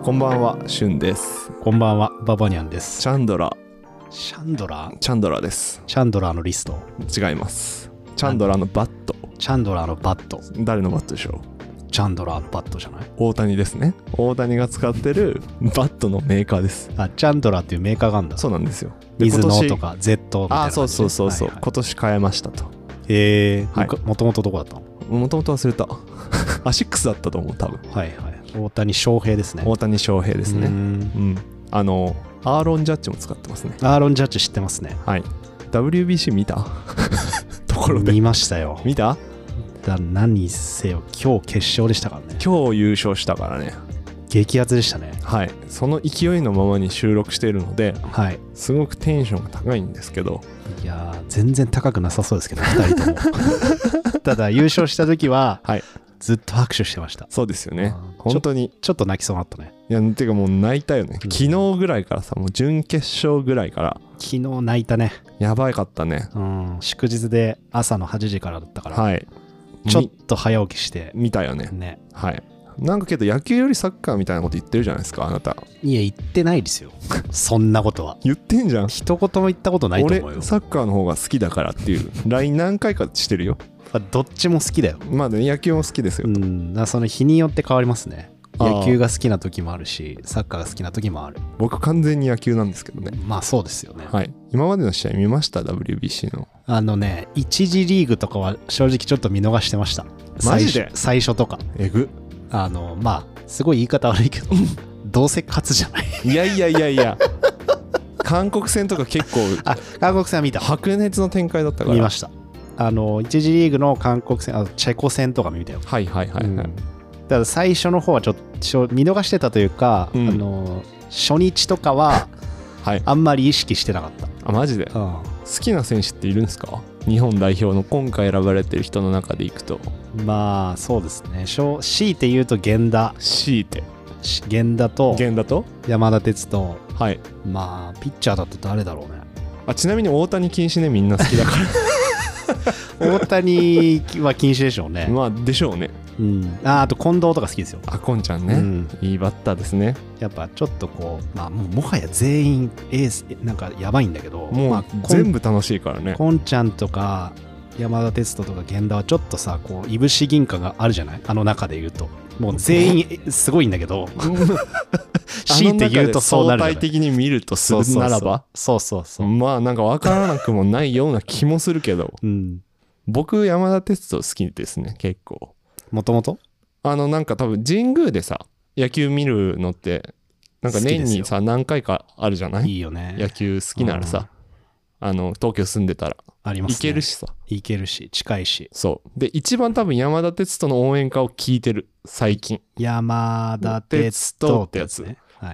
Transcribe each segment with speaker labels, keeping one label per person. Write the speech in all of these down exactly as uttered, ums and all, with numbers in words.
Speaker 1: こんばんは、しゅんです。
Speaker 2: こんばんは、ババニャンです。
Speaker 1: チャンドラ
Speaker 2: シャンドラー
Speaker 1: チャンドラです。
Speaker 2: チャンドラーのリスト
Speaker 1: 違います。チャンドラのバット。
Speaker 2: チャンドラーのバット。
Speaker 1: 誰のバットでしょ
Speaker 2: う。チャンドラーのバットじゃない？
Speaker 1: 大谷ですね。大谷が使ってるバットのメーカーです。
Speaker 2: あ、チャンドラーっていうメーカーがあるんだ。
Speaker 1: そうなんですよ。
Speaker 2: 水野とか Z みたいな。
Speaker 1: あ、そうそうそうそう、
Speaker 2: はいはい、
Speaker 1: 今年変えましたと。
Speaker 2: えー、
Speaker 1: はい、
Speaker 2: もともとどこだったの？
Speaker 1: もともと忘れたアシックスだったと思う、多分。
Speaker 2: はいはい。大谷翔平ですね。
Speaker 1: 大谷翔平ですね。
Speaker 2: う、
Speaker 1: うんん。あのアーロン・ジャッジも使ってますね。
Speaker 2: アーロン・ジャッジ知ってますね。
Speaker 1: はい。ダブリュービーシー 見たところで
Speaker 2: 見ましたよ。
Speaker 1: 見た？
Speaker 2: だ何せよ今日決勝でしたからね。
Speaker 1: 今日優勝したからね。
Speaker 2: 激アツでしたね。
Speaker 1: はい。その勢いのままに収録しているので、
Speaker 2: はい、
Speaker 1: すごくテンションが高いんですけど、
Speaker 2: いやー全然高くなさそうですけどふたりともただ優勝した時は、はい、ずっと拍手してました。
Speaker 1: そうですよね。本当に
Speaker 2: ちょっと泣きそうになったね。
Speaker 1: いや、てかもう泣いたよね、うん、昨日ぐらいからさ、もう準決勝ぐらいから
Speaker 2: 昨日泣いたね。
Speaker 1: やばかったね。
Speaker 2: うん、祝日で朝のはちじからだったから、
Speaker 1: はい、
Speaker 2: ちょっと早起きして
Speaker 1: 見たよね。
Speaker 2: ね、
Speaker 1: はい。なんかけど野球よりサッカーみたいなこと言ってるじゃないですか、あなた。
Speaker 2: いや言ってないですよそんなことは。
Speaker 1: 言ってんじゃん。
Speaker 2: 一言も言ったことないと思うよ。
Speaker 1: 俺サッカーの方が好きだからっていう ライン 何回かしてるよ。
Speaker 2: どっちも好きだよ。
Speaker 1: まあね、野球も好きですよ。
Speaker 2: うん、だその日によって変わりますね。野球が好きな時もあるし、サッカーが好きな時もある。
Speaker 1: 僕完全に野球なんですけどね。
Speaker 2: まあそうですよね。
Speaker 1: はい。今までの試合見ました？ ダブリュービーシー の。
Speaker 2: あのね、一次リーグとかは正直ちょっと見逃してました。
Speaker 1: マジで？
Speaker 2: 最初とか。
Speaker 1: えぐ。
Speaker 2: あのまあすごい言い方悪いけどどうせ勝つじゃない
Speaker 1: いやいやいやいや韓国戦とか結構
Speaker 2: あ、韓国戦は見た。
Speaker 1: 白熱の展開だったから
Speaker 2: 見ました。あの一次リーグの韓国戦、あのチェコ戦とか見たよ。
Speaker 1: はいはいはいはい、うん、
Speaker 2: だから最初の方はちょっと見逃してたというか、うん、あの初日とかはあんまり意識してなかった、はい、
Speaker 1: あ、マジで、うん、好きな選手っているんですか？日本代表の今回選ばれてる人の中でいくと。
Speaker 2: まあそうですね、強いて言うと源田。
Speaker 1: 強いて
Speaker 2: 源田と
Speaker 1: 源田と
Speaker 2: 山田哲人。
Speaker 1: はい。
Speaker 2: まあピッチャーだと誰だろうね。
Speaker 1: あ、ちなみに大谷禁止ね、みんな好きだから
Speaker 2: 大谷は禁止でしょうね。
Speaker 1: まあでしょうね。
Speaker 2: うん、あ, あと近藤とか好きですよ。
Speaker 1: あ、こんちゃんね、うん、いいバッターですね。
Speaker 2: やっぱちょっとこう、まあ、もうもはや全員エースなんかやばいんだけど、
Speaker 1: もう全部楽しいからね。
Speaker 2: こんちゃんとか山田哲人とか源田はちょっとさ、こういぶし銀貨があるじゃない、あの中で言うと。もう全員すごいんだけど強いて言うとそうなるじゃない。相対
Speaker 1: 的に見るとするならば、
Speaker 2: そうそうそう、
Speaker 1: まあなんか分からなくもないような気もするけど、うん、僕山田哲人好きですね、結構。
Speaker 2: もともと
Speaker 1: あのなんか多分神宮でさ野球見るのってなんか年にさ何回かあるじゃない？
Speaker 2: いいよね、
Speaker 1: 野球好きならさ、あの東京住んでたら
Speaker 2: ありますね、
Speaker 1: 行けるしさ、
Speaker 2: 行けるし近いし。
Speaker 1: そうで、一番多分山田哲人の応援歌を聞いてる最近。
Speaker 2: 山田哲人ってやつね。はい。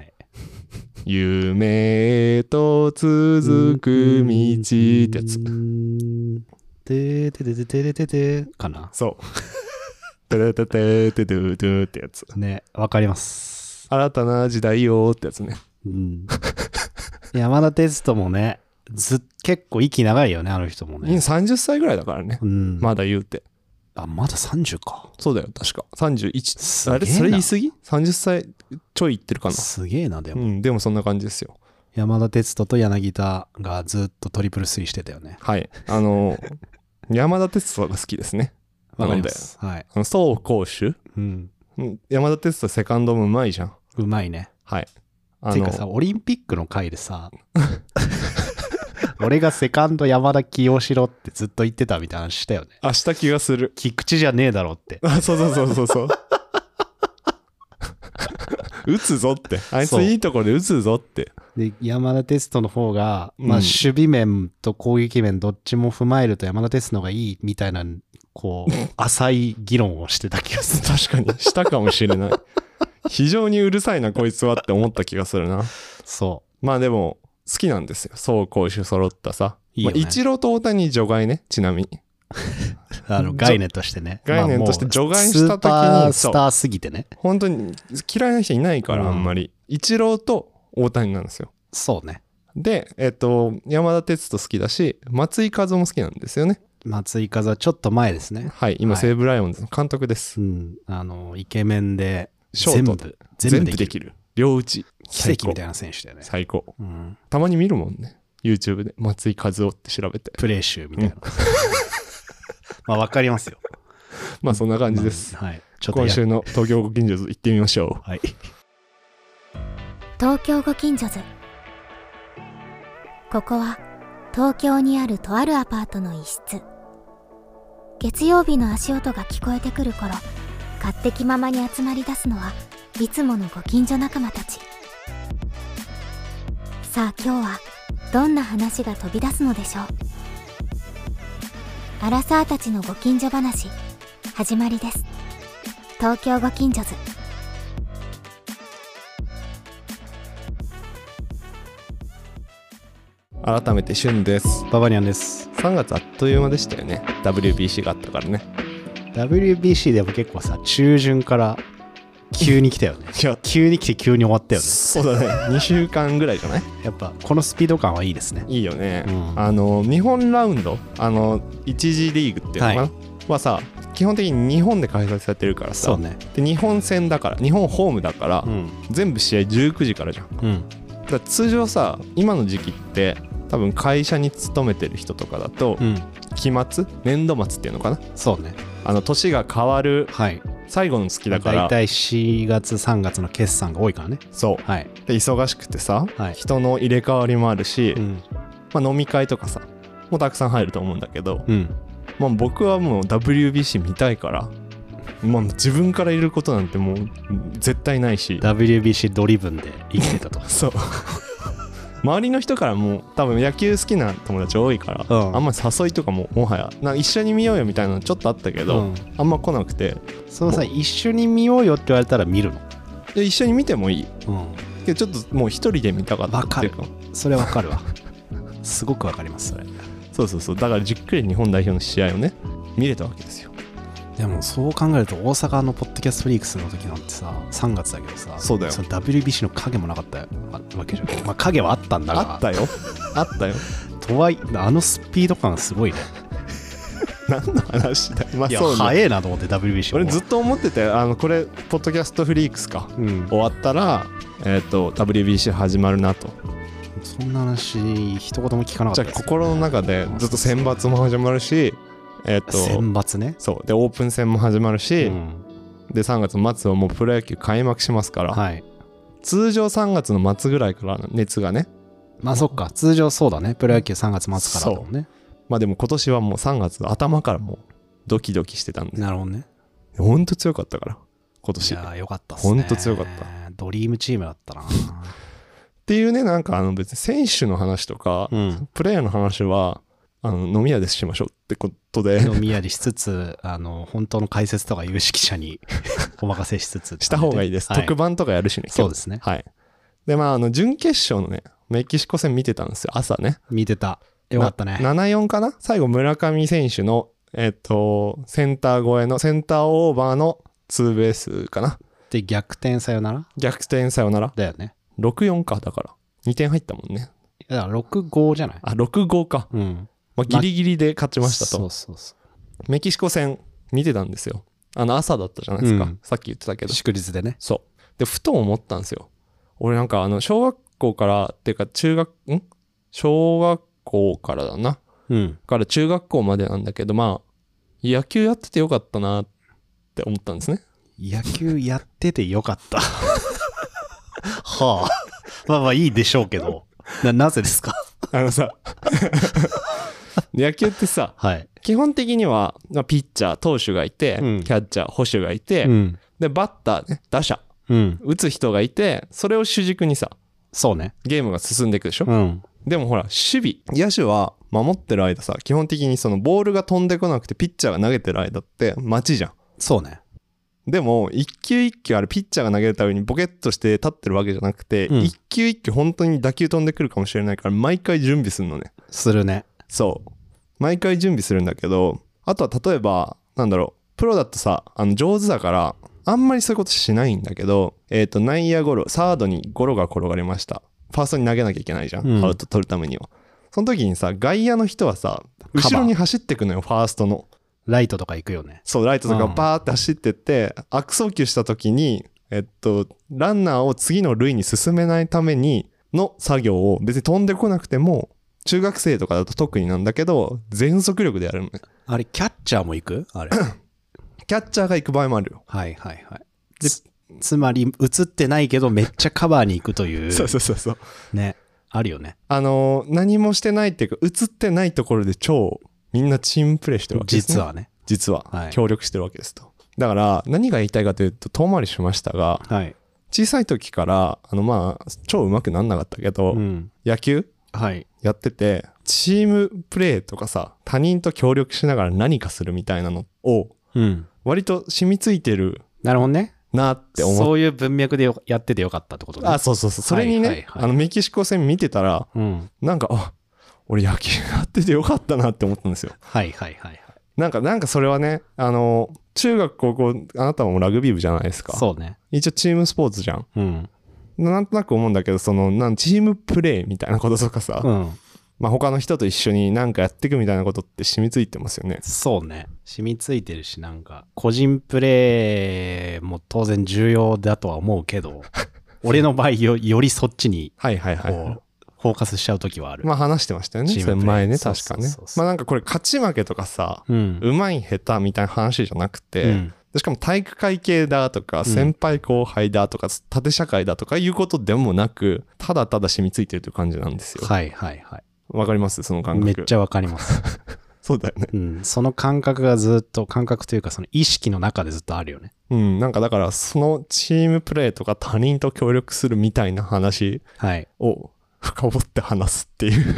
Speaker 1: 夢と続く道ってやつ。
Speaker 2: てててててててかな。
Speaker 1: そうてててててててってやつ
Speaker 2: ね。わかります。
Speaker 1: 新たな時代よってやつね。
Speaker 2: うん、山田哲人もね、ず結構息長いよね、あの人もね。
Speaker 1: さんじゅっさいぐらいだからね、うん、まだ言うて。
Speaker 2: あ、まださんじゅうか。
Speaker 1: そうだよ、確かさんじゅういち。あれ、それ言い過ぎ？ さんじゅっさいちょいいってるかな。
Speaker 2: すげえな。でも、
Speaker 1: うん、でもそんな感じですよ。
Speaker 2: 山田哲人と柳田がずっとトリプルスリーしてたよね。
Speaker 1: はい、あの山田哲人が好きですね。
Speaker 2: わかります。はい。
Speaker 1: 走攻守、うん、山田哲人セカンドもうまいじゃん。
Speaker 2: うまいね。
Speaker 1: はい。
Speaker 2: てかさ、オリンピックの回でさ俺がセカンド山田起用しろってずっと言ってたみたいな話したよね。
Speaker 1: あ、した気がする。
Speaker 2: 菊池じゃねえだろって。
Speaker 1: あ、そうそうそうそうそう打つぞって、あいついいところで打つぞって。
Speaker 2: で山田哲人の方が、まあ、守備面と攻撃面どっちも踏まえると山田哲人の方がいいみたいな、こう浅い議論をしてた気がする。
Speaker 1: 確かにしたかもしれない非常にうるさいなこいつはって思った気がするな。
Speaker 2: そう、
Speaker 1: まあでも好きなんですよ、走攻守揃ったさ。
Speaker 2: いいよね。
Speaker 1: まあ、イチローと大谷除外ね、ちなみに
Speaker 2: あの概念としてね、
Speaker 1: 概念として除外した時に、
Speaker 2: スーパースターすぎてね、
Speaker 1: 本当に嫌いな人いないから、あんまり、うん、イチローと大谷なんですよ。
Speaker 2: そうね。
Speaker 1: で、えっと山田哲人好きだし、松井一夫も好きなんですよね。
Speaker 2: 松井風はちょっと前ですね。
Speaker 1: はい、今、はい、西武ライオンズの監督です。
Speaker 2: うん、あのイケメンで
Speaker 1: 全部
Speaker 2: 全部できる。
Speaker 1: できる両打ち
Speaker 2: 奇跡みたいな選手だよね。
Speaker 1: 最高、
Speaker 2: うん、
Speaker 1: たまに見るもんね YouTube で松井一夫って調べて
Speaker 2: プレー集みたいな、うん、まあ分かりますよ。
Speaker 1: まあそんな感じです、
Speaker 2: まあはい、
Speaker 1: ちょっと今週の東京ご近所図行ってみましょ
Speaker 2: う。はい、
Speaker 3: 東京ご近所図。ここは東京にあるとあるアパートの一室。月曜日の足音が聞こえてくる頃、勝手気ままに集まり出すのはいつものご近所仲間たち。さあ今日はどんな話が飛び出すのでしょう。アラサーたちのご近所話、始まりです。東京ご近所図。
Speaker 1: 改めてしゅんです。
Speaker 2: ババニャンです。
Speaker 1: さんがつあっという間でしたよね。 ダブリュービーシー があったからね。
Speaker 2: ダブリュービーシー でも結構さ、中旬から急に来たよね。いや急に来て急に終わったよね。
Speaker 1: そうだねにしゅうかんぐらいじゃない。
Speaker 2: やっぱこのスピード感はいいですね。
Speaker 1: いいよね、うん、
Speaker 2: あ
Speaker 1: の日本ラウンド、あの一次リーグっていうのかな、はい、はさ基本的に日本で開催されてるからさ。
Speaker 2: そうね。
Speaker 1: で日本戦だから、日本ホームだから、うん、全部試合じゅうくじからじゃん、うん、だから通常さ今の時期って多分会社に勤めてる人とかだと、うん、期末年度末っていうのかな。
Speaker 2: そうね。
Speaker 1: あの年が変わる最後の月だから、
Speaker 2: だいたいしがつさんがつの決算が多いからね。
Speaker 1: そう、はい、で忙しくてさ、はい、人の入れ替わりもあるし、うんまあ、飲み会とかさもうたくさん入ると思うんだけど、うんまあ、僕はもう ダブリュービーシー 見たいから、まあ、自分からいることなんてもう絶対ないし
Speaker 2: ダブリュービーシー ドリブンで生きてたと
Speaker 1: そう周りの人からも多分野球好きな友達多いから、うん、あんまり誘いとかももはやな一緒に見ようよみたいなのちょっとあったけど、うん、あんま来なくて。
Speaker 2: そのさ一緒に見ようよって言われたら見るの？
Speaker 1: で一緒に見てもいい、うん、けどちょっともう一人で見たかったっていうか。
Speaker 2: わかる、それわかるわすごくわかりますそれ。
Speaker 1: そうそうそう、だからじっくり日本代表の試合をね見れたわけですよ。
Speaker 2: でもそう考えると大阪のポッドキャストリークスの時なんてささんがつだけどさ、
Speaker 1: そうだよ、
Speaker 2: その ダブリュービーシー の影もなかったわけじゃん。まあ影はあったんだが
Speaker 1: あったよあったよ
Speaker 2: とはいえあのスピード感すごいね
Speaker 1: 何の話だよ、まあ、
Speaker 2: いや
Speaker 1: そうね、
Speaker 2: 早えなと思って ダブリュービーシー
Speaker 1: 俺ずっと思ってて、あのこれポッドキャストフリークスか、うん、終わったら、えー、と ダブリュービーシー 始まるなと。
Speaker 2: そんな話一言も聞かなかったです。
Speaker 1: じゃあ心の中でずっと選抜も始まるし、えー、と
Speaker 2: 選抜ね。
Speaker 1: そうでオープン戦も始まるし、うん、でさんがつ末はもうプロ野球開幕しますから、はい、通常さんがつの末ぐらいから熱がね。
Speaker 2: まあそっか、通常そうだね、プロ野球さんがつ末からだもんね。
Speaker 1: まあでも今年はもうさんがつ頭からもうドキドキしてたんで。
Speaker 2: なるほどね。
Speaker 1: ほんと強かったから今年。
Speaker 2: いやよかったっすね。
Speaker 1: ほんと強かった。
Speaker 2: ドリームチームだったな
Speaker 1: っていうね。なんかあの別に選手の話とか、うん、プレーヤーの話はあの飲み屋でしましょうってことで
Speaker 2: 飲み屋でしつつ、あの本当の解説とか有識者にお任せしつつ
Speaker 1: した方がいいです、はい、特番とかやるしね。
Speaker 2: そうですね。
Speaker 1: はい。でまああの準決勝のねメキシコ戦見てたんですよ、朝ね。
Speaker 2: 見てた。よかったね。
Speaker 1: ななたいよんかな。最後村上選手のえっとセンター越えのセンターオーバーのツーベースかな。
Speaker 2: で逆転サヨナラ。
Speaker 1: 逆転サヨナラ
Speaker 2: だよね。
Speaker 1: ろくたいよんか。だからにてん入ったもんね。
Speaker 2: だからろくたいごじゃない。
Speaker 1: あろくたいごか。うん。まあ、ギリギリで勝ちましたと、ま、
Speaker 2: そうそうそう。
Speaker 1: メキシコ戦見てたんですよ。あの朝だったじゃないですか、うん、さっき言ってたけど
Speaker 2: 祝日でね。
Speaker 1: そうでふと思ったんですよ。俺なんかあの小学校からっていうか中学ん小学校からだな、うん、から中学校までなんだけど、まあ野球やっててよかったなって思ったんですね。
Speaker 2: 野球やっててよかったはあまあまあいいでしょうけど な, なぜですか
Speaker 1: あのさ野球ってさ、はい、基本的にはピッチャー投手がいて、うん、キャッチャー捕手がいて、うん、でバッターね打者、うん、打つ人がいて、それを主軸にさ
Speaker 2: そうね
Speaker 1: ゲームが進んでいくでしょ、うん、でもほら守備野手は守ってる間さ基本的にそのボールが飛んでこなくてピッチャーが投げてる間って待ちじゃん。
Speaker 2: そうね。
Speaker 1: でも一球一球あれピッチャーが投げるためにボケっとして立ってるわけじゃなくて、うん、一球一球本当に打球飛んでくるかもしれないから毎回準備するのね。
Speaker 2: するね。
Speaker 1: そう毎回準備するんだけど、あとは例えばなんだろうプロだとさあの上手だからあんまりそういうことしないんだけど、えっと内野ゴロサードにゴロが転がりました、ファーストに投げなきゃいけないじゃん、うん、アウト取るためには。その時にさ外野の人はさ後ろに走ってくのよ、ファーストの
Speaker 2: ライトとか行くよね。
Speaker 1: そうライトとかバーって走ってって、うん、悪送球した時にえっとランナーを次の塁に進めないためにの作業を別に飛んでこなくても中学生とかだと特になんだけど全速力でやるのね。
Speaker 2: あれキャッチャーも行くあれ
Speaker 1: キャッチャーが行く場合もあるよ。
Speaker 2: はいはいはい。でつまり映ってないけどめっちゃカバーに行くという
Speaker 1: そうそうそうそう
Speaker 2: ね、あるよね。
Speaker 1: あのー、何もしてないっていうか映ってないところで超みんなチームプレーしてるわけですね。
Speaker 2: 実はね。
Speaker 1: 実は、
Speaker 2: はい、
Speaker 1: 協力してるわけですと。だから何が言いたいかというと遠回りしましたが、
Speaker 2: はい、
Speaker 1: 小さい時からあのまあ超上手くなんなかったけど、うん、野球、
Speaker 2: はい、
Speaker 1: やっててチームプレーとかさ他人と協力しながら何かするみたいなのを、うん、割と染みついてる。
Speaker 2: なるほどね。
Speaker 1: なって思う。
Speaker 2: そういう文脈でやっててよかったってことね。
Speaker 1: あ、そうそうそう。それにね、はいはいはい、あのメキシコ戦見てたら、うん、なんかあ俺野球やっててよかったなって思ったんですよ。
Speaker 2: はいはいはいはい。
Speaker 1: なんかなんかそれはね、あの中学高校あなたもラグビー部じゃないですか。
Speaker 2: そうね。
Speaker 1: 一応チームスポーツじゃん。うん。なんとなく思うんだけど、そのなんチームプレーみたいなこととかさ、うん、まあ他の人と一緒になんかやっていくみたいなことって染みついてますよね。
Speaker 2: そうね。染みついてるし、なんか個人プレーも当然重要だとは思うけど、俺の場合 よ, よりそっちにこう、はいはいはい、フォーカスしちゃうときはある。
Speaker 1: まあ話してましたよね。それ前ね、確かね。そうそうそう。まあなんかこれ勝ち負けとかさ、うん、うまい下手みたいな話じゃなくて、うん、しかも体育会系だとか、先輩後輩だとか、うん、縦社会だとかいうことでもなく、ただただ染みついてるという感じなんですよ。
Speaker 2: はいはいはい。
Speaker 1: わかりますその感覚。
Speaker 2: めっちゃわかります。
Speaker 1: そうだよね、
Speaker 2: うん。その感覚がずっと、感覚というかその意識の中でずっとあるよね。
Speaker 1: うん。なんかだからそのチームプレーとか他人と協力するみたいな話を深掘って話すっていう、はい、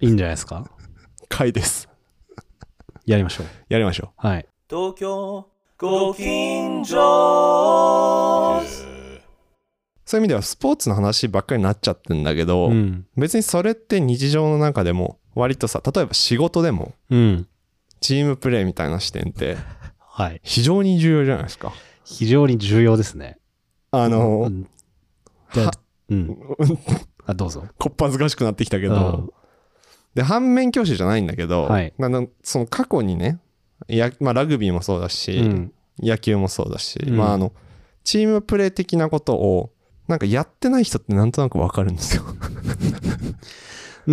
Speaker 2: いいんじゃないですか
Speaker 1: 回です。
Speaker 2: やりましょう。
Speaker 1: やりましょ
Speaker 2: う。はい。
Speaker 4: 東京ご近所。
Speaker 1: そういう意味ではスポーツの話ばっかりになっちゃってんだけど、うん、別にそれって日常の中でも割とさ、例えば仕事でも、うん、チームプレーみたいな視点って非常に重要じゃないですか。
Speaker 2: 非常に重要ですね。あの、うん、はうん、あどうぞ。
Speaker 1: こっぱずかしくなってきたけど、うん、で反面教師じゃないんだけど、はい、なんその過去にね、やまあ、ラグビーもそうだし、うん、野球もそうだし、うん、まああのチームプレー的なことをなんかやってない人ってなんとなくわかるんですよ。
Speaker 2: うん、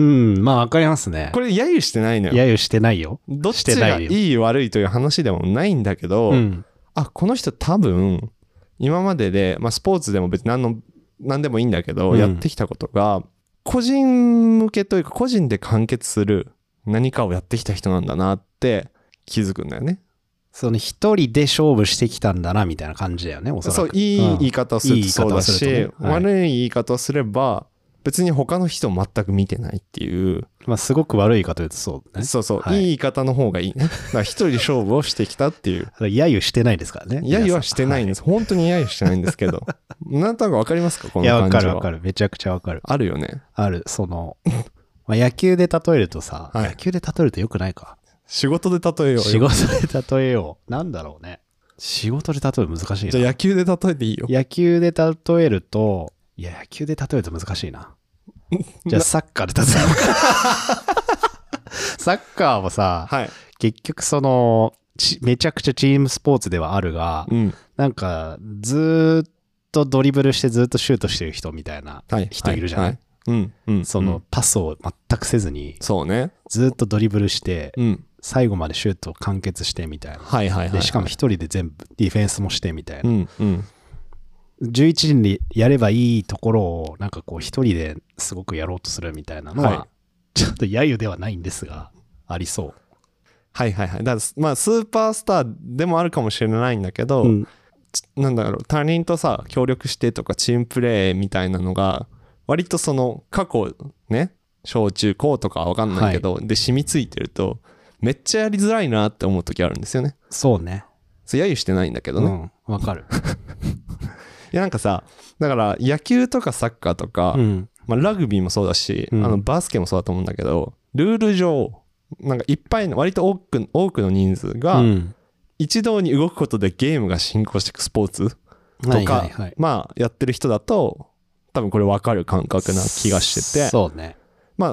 Speaker 2: まあわかりますね。
Speaker 1: これ揶揄してないのよ。
Speaker 2: 揶揄してないよ。
Speaker 1: どっちがいい悪いという話でもないんだけど、うん、あ、この人多分今までで、まあスポーツでも別に何の何でもいいんだけど、うん、やってきたことが個人向けというか個人で完結する何かをやってきた人なんだなって気づくんだよね。
Speaker 2: その一人で勝負してきたんだなみたいな感じだよね。おそらく。
Speaker 1: そう、いい言い方をするとそうだし、うんいいねはい、悪い言い方をすれば別に他の人を全く見てないっていう。
Speaker 2: まあすごく悪い言い方言うとそうね。
Speaker 1: そうそう、はい、いい言い方の方がいいね。だから一人で勝負をしてきたっていう。
Speaker 2: 揶揄してないですからね。
Speaker 1: 揶揄はしてないんです。はい、本当に揶揄してないんですけど。なんとなくわかりますかこの感じは。
Speaker 2: いやわかるわかる。めちゃくちゃわかる。
Speaker 1: あるよね。
Speaker 2: ある。その、まあ、野球で例えるとさ、はい、野球で例えるとよくないか。
Speaker 1: 仕事で例えようよ。
Speaker 2: 仕事で例えよう。なんだろうね。仕事で例える難しいな。
Speaker 1: じゃあ野球で例えていいよ。
Speaker 2: 野球で例えると、いや野球で例えると難しいな。じゃあサッカーで例えようか。サッカーもさ、はい、結局そのめちゃくちゃチームスポーツではあるが、うん、なんかずっとドリブルしてずっとシュートしてる人みたいな人いるじゃない、はいはいうんうん、そのパスを全くせずに、
Speaker 1: そうね、
Speaker 2: ずっとドリブルして、うん、最後までシュートを完結してみたいな、はいはいはいはい、でしかも一人で全部ディフェンスもしてみたいな、うんうん、じゅういちにんでやればいいところをなんかこう一人ですごくやろうとするみたいなのは、はい、ちょっと揶揄ではないんですがありそう。
Speaker 1: はいはいはい。だからまあスーパースターでもあるかもしれないんだけど、うん、なんだろう、他人とさ協力してとかチームプレーみたいなのが割とその過去ね、小中高とかは分かんないけど、はい、で染みついてるとめっちゃやりづらいなって思う時あるんですよね。
Speaker 2: そうね。
Speaker 1: それ揶揄してないんだけどね。
Speaker 2: うん、分かる。
Speaker 1: いやなんかさ、だから野球とかサッカーとか、うんまあ、ラグビーもそうだし、うん、あのバスケもそうだと思うんだけど、ルール上なんかいっぱいの割と多く多くの人数が一堂に動くことでゲームが進行していくスポーツとか、はいはいはい、まあやってる人だと多分これ分かる感覚な気がしてて、
Speaker 2: そうね。
Speaker 1: まあ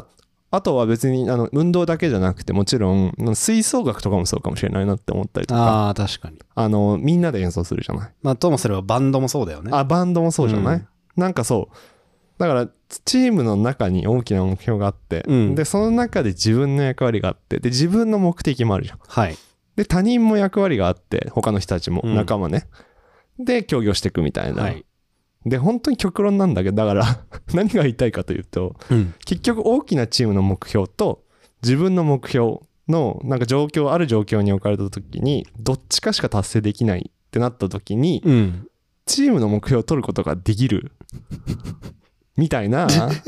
Speaker 1: あとは別にあの運動だけじゃなくてもちろん吹奏楽とかもそうかもしれないなって思ったりとか。
Speaker 2: ああ確かに。
Speaker 1: あのみんなで演奏するじゃない。
Speaker 2: まあともすればバンドもそうだよね。
Speaker 1: あバンドもそうじゃない、
Speaker 2: うん、
Speaker 1: なんかそうだからチームの中に大きな目標があって、うん、でその中で自分の役割があってで自分の目的もあるじゃん。
Speaker 2: はい。
Speaker 1: で他人も役割があって他の人たちも仲間ね、うん、で協業していくみたいな、はい、で本当に極論なんだけどだから何が言いたいかというと、うん、結局大きなチームの目標と自分の目標のなんか状況ある状況に置かれた時にどっちかしか達成できないってなった時に、うん、チームの目標を取ることができるみたいな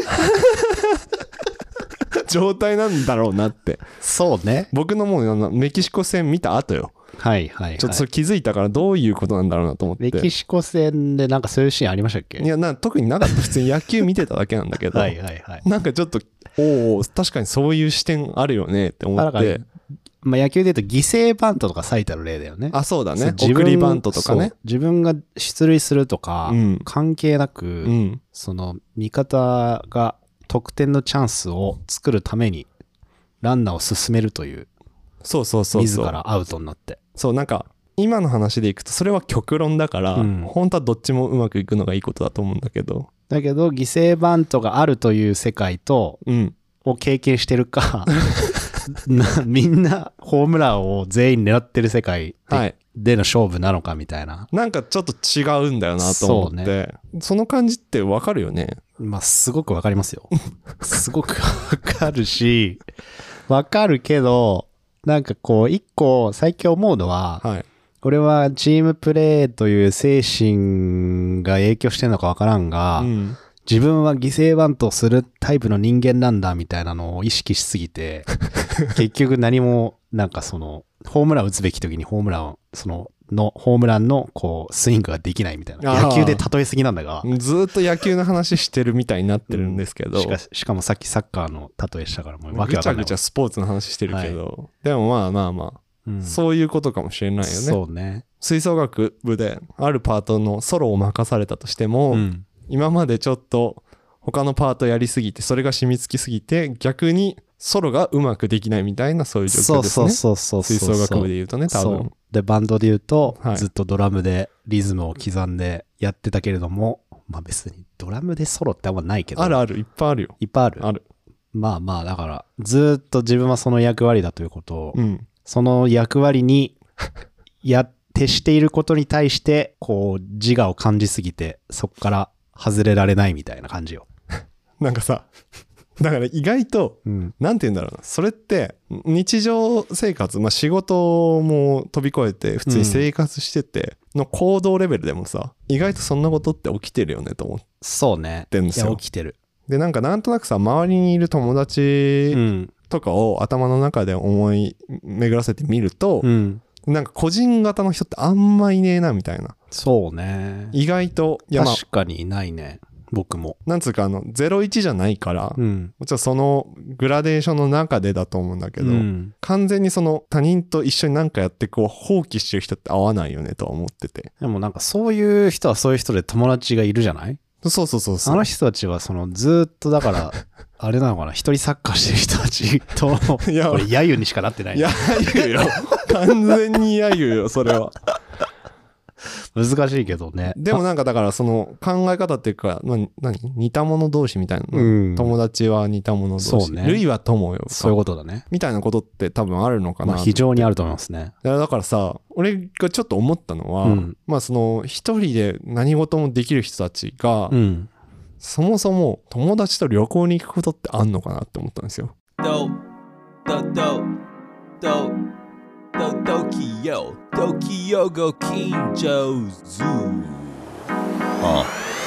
Speaker 1: 状態なんだろうなって。
Speaker 2: そうね。
Speaker 1: 僕のもうメキシコ戦見た後よ。
Speaker 2: はいはい、はい、
Speaker 1: ちょっとそれ気づいたからどういうことなんだろうなと思って。
Speaker 2: メキシコ戦でなんかそういうシーンありましたっけ？
Speaker 1: いやな特になかった普通に野球見てただけなんだけど
Speaker 2: はいはい、はい、
Speaker 1: なんかちょっとおお確かにそういう視点あるよねって思って。
Speaker 2: まあ、野球で言うと犠牲バントとか最たる例だよね。
Speaker 1: あそうだね。送りバントとかね。
Speaker 2: 自分が出塁するとか、うん、関係なく、うん、その味方が得点のチャンスを作るためにランナーを進めるという。
Speaker 1: そうそうそうそう。
Speaker 2: 自らアウトになって。
Speaker 1: そうなんか今の話でいくとそれは極論だから、うん、本当はどっちもうまくいくのがいいことだと思うんだけど。
Speaker 2: だけど犠牲バントがあるという世界と、うん、を経験してるか。みんなホームランを全員狙ってる世界 で,、はい、での勝負なのかみたいな。なんか
Speaker 1: ちょっと違うんだよなと思って。そうね。その感じってわかるよね。
Speaker 2: まあすごくわかりますよ。すごくわかるし、わかるけど、なんかこう一個最近思うのは、はい、これはチームプレーという精神が影響してるのかわからんが、うん自分は犠牲バントをするタイプの人間なんだみたいなのを意識しすぎて結局何もなんかそのホームラン打つべき時にホームランそののホームランのこうスイングができないみたいな。野球で例えすぎなんだが
Speaker 1: ずっと野球の話してるみたいになってるんですけど、うん、
Speaker 2: しかしかもさっきサッカーの例えしたからもう
Speaker 1: わけわかんない。ぐちゃぐちゃスポーツの話してるけど、はい、でもまあまあまあ、うん、そういうことかもしれないよね。
Speaker 2: そうね。
Speaker 1: 吹奏楽部であるパートのソロを任されたとしても、うん今までちょっと他のパートやりすぎてそれが染みつきすぎて逆にソロがうまくできないみたいなそういう状況ですね。
Speaker 2: そうそうそうそう。
Speaker 1: 吹奏楽部で言うとね多分。
Speaker 2: でバンドで言うと、はい、ずっとドラムでリズムを刻んでやってたけれども、まあ別にドラムでソロってあんまないけど。
Speaker 1: あるあるいっぱいあるよ。
Speaker 2: いっぱいある。
Speaker 1: ある。
Speaker 2: まあまあだからずっと自分はその役割だということを、うん、その役割にや徹していることに対してこう自我を感じすぎてそこから外れられないみたいな感じよ。
Speaker 1: なんかさだから意外と、うん、なんて言うんだろうなそれって日常生活、まあ、仕事も飛び越えて普通に生活してての行動レベルでもさ、うん、意外とそんなことって起きてるよねと思ってんですよ。
Speaker 2: そうね。いや起きてる。
Speaker 1: でなんかなんとなくさ周りにいる友達とかを頭の中で思い巡らせてみると、うん、なんか個人型の人ってあんまいねえなみたいな。
Speaker 2: そうね。
Speaker 1: 意外と
Speaker 2: いや、まあ、確かにいないね。僕も
Speaker 1: なんつうかあのゼロイチじゃないから、うん、もちろんそのグラデーションの中でだと思うんだけど、うん、完全にその他人と一緒に何かやってこう放棄してる人って合わないよねとは思ってて。
Speaker 2: でもなんかそういう人はそういう人で友達がいるじゃない？
Speaker 1: そうそうそうそう。
Speaker 2: あの人たちはそのずっとだからあれなのかな一人サッカーしてる人たちといや俺揶揄にしかなってない。
Speaker 1: 揶揄よ完全に揶揄よそれは。
Speaker 2: 難しいけどね。
Speaker 1: でもなんかだからその考え方っていうか何似た者同士みたいな、うん、友達は似た者同士、そうね、類は友よ
Speaker 2: そういうことだね
Speaker 1: みたいなことって多分あるのかな、
Speaker 2: まあ、非常にあると思いますね。
Speaker 1: だからさ俺がちょっと思ったのは、うん、まあその一人で何事もできる人たちが、うん、そもそも友達と旅行に行くことってあんのかなって思ったんですよ。ドドドドドドキヨドキヨご近所ズーあ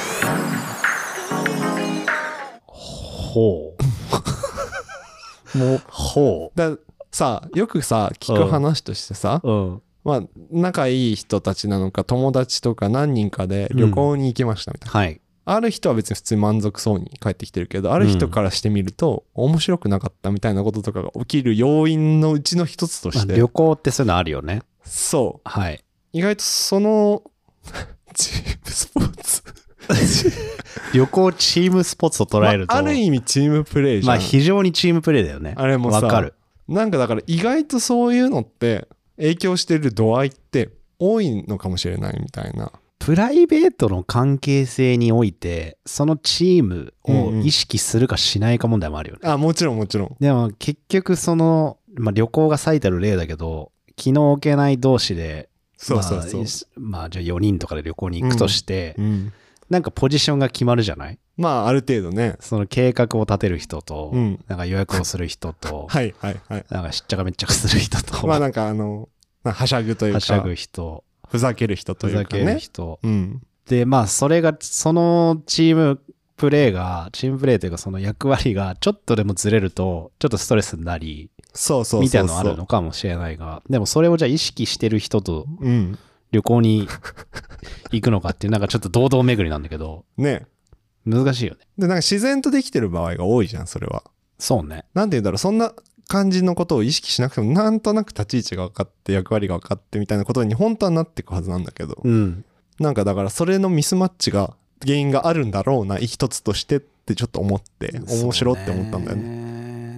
Speaker 2: ほうもうほう
Speaker 1: ださよくさ聞く話としてさ、うん、まあ仲いい人たちなのか友達とか何人かで旅行に行きましたみたいな、うんはい、ある人は別に普通に満足そうに帰ってきてるけどある人からしてみると面白くなかったみたいなこととかが起きる要因のうちの一つとして、まあ、
Speaker 2: 旅行ってそういうのあるよね。
Speaker 1: そう、
Speaker 2: はい、
Speaker 1: 意外とそのチームスポーツ
Speaker 2: 旅行チームスポーツと捉えると、
Speaker 1: まあ、ある意味チームプレーじゃん。
Speaker 2: まあ非常にチームプレーだよね。
Speaker 1: あれもさ、
Speaker 2: わかる。
Speaker 1: なんかだから意外とそういうのって影響してる度合いって多いのかもしれないみたいな。
Speaker 2: プライベートの関係性においてそのチームを意識するかしないか問題もあるよね。
Speaker 1: うんうん、あ、もちろんもちろん。
Speaker 2: でも結局その、まあ、旅行が最たる例だけど、気の置けない同士で、
Speaker 1: そうそうそう。
Speaker 2: まあ、まあ、じゃあよにんとかで旅行に行くとして、
Speaker 1: うんうん、
Speaker 2: なんかポジションが決まるじゃない？
Speaker 1: まあある程度ね。
Speaker 2: その計画を立てる人と、
Speaker 1: うん、
Speaker 2: なんか予約をする人と、
Speaker 1: はいはいはい。
Speaker 2: なんかしっちゃかめっちゃかする人と、
Speaker 1: まあなんかあの、はしゃぐというか、
Speaker 2: はしゃぐ人、
Speaker 1: ふざける人というかね。
Speaker 2: ふざける人。
Speaker 1: うん、
Speaker 2: で、まあそれが、そのチームプレーが、チームプレーというかその役割がちょっとでもずれると、ちょっとストレスになり、
Speaker 1: そうそうそうそう。
Speaker 2: みたいなのあるのかもしれないが、でもそれをじゃあ意識してる人と旅行に行くのかっていう、なんかちょっと堂々巡りなんだけど、
Speaker 1: ね。
Speaker 2: 難しいよね。
Speaker 1: で、なんか自然とできてる場合が多いじゃん、それは。
Speaker 2: そうね。
Speaker 1: なんて言うんだろう、そんな感じのことを意識しなくても、なんとなく立ち位置が分かって、役割が分かってみたいなことに本当はなっていくはずなんだけど、
Speaker 2: うん。
Speaker 1: なんかだからそれのミスマッチが、原因があるんだろうな、一つとしてってちょっと思って、面白って思ったんだよね。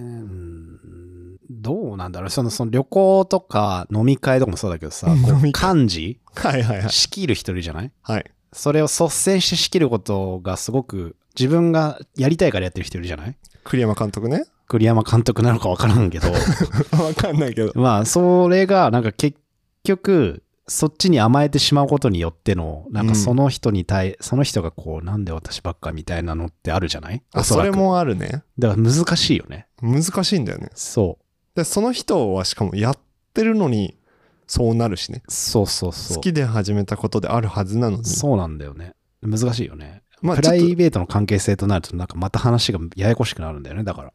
Speaker 2: どうなんだろう、その、その旅行とか飲み会とかもそうだけどさ、こう幹事
Speaker 1: はいはいはい。
Speaker 2: 仕切る人いるじゃない？
Speaker 1: はい。
Speaker 2: それを率先して仕切ることがすごく自分がやりたいからやってる人いるじゃない？
Speaker 1: 栗山監督ね。
Speaker 2: 栗山監督なのか分からんけど。
Speaker 1: 分かんないけど。
Speaker 2: まあ、それがなんか結局、そっちに甘えてしまうことによっての、なんかその人に対、うん、その人がこう、なんで私ばっかみたいなのってあるじゃない？
Speaker 1: あ、それもあるね。
Speaker 2: だから難しいよね。
Speaker 1: 難しいんだよね。
Speaker 2: そう。
Speaker 1: で、その人はしかもやってるのに、そうなるしね。
Speaker 2: そうそうそう。
Speaker 1: 好きで始めたことであるはずなのに。
Speaker 2: そうなんだよね。難しいよね。
Speaker 1: まあ、
Speaker 2: プライベートの関係性となると、なんかまた話がややこしくなるんだよね、だから。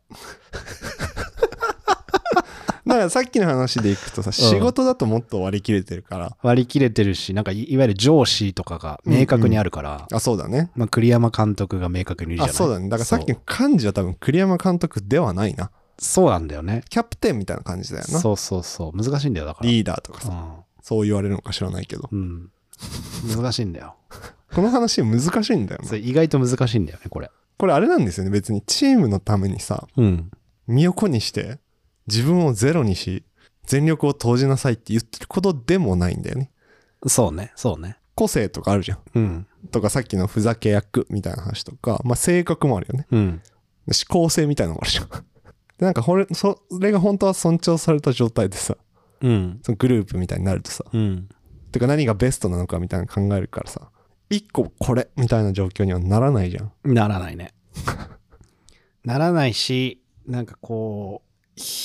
Speaker 1: だからさっきの話でいくとさ、仕事だともっと割り切れてるから。うん、
Speaker 2: 割り切れてるし、なんか い, いわゆる上司とかが明確にあるから。うんうん、
Speaker 1: あ、そうだね。
Speaker 2: まあ、栗山監督が明確にいるじゃない。
Speaker 1: あ、そうだね。だからさっきの幹事は多分栗山監督ではないな。
Speaker 2: そうなんだよね。
Speaker 1: キャプテンみたいな感じだよな。
Speaker 2: そうそうそう。難しいんだよ、だから。
Speaker 1: リーダーとかさ。うん、そう言われるのか知らないけど。
Speaker 2: うん。難しいんだよ。
Speaker 1: この話難しいんだよね。
Speaker 2: それ意外と難しいんだよね、これ。
Speaker 1: これあれなんですよね。別にチームのためにさ、
Speaker 2: うん、
Speaker 1: 身を粉にして自分をゼロにし、全力を投じなさいって言ってることでもないんだよね。
Speaker 2: そうね、そうね。
Speaker 1: 個性とかあるじゃん。
Speaker 2: うん。
Speaker 1: とかさっきのふざけ役みたいな話とか、まあ性格もあるよね。
Speaker 2: うん。
Speaker 1: 思考性みたいなのもあるじゃん。でなんかこれ、それが本当は尊重された状態でさ、
Speaker 2: うん。
Speaker 1: そのグループみたいになるとさ、
Speaker 2: うん。
Speaker 1: てか何がベストなのかみたいなの考えるからさ、一個これみたいな状況にはならないじゃん。
Speaker 2: ならないね。ならないし、なんかこう、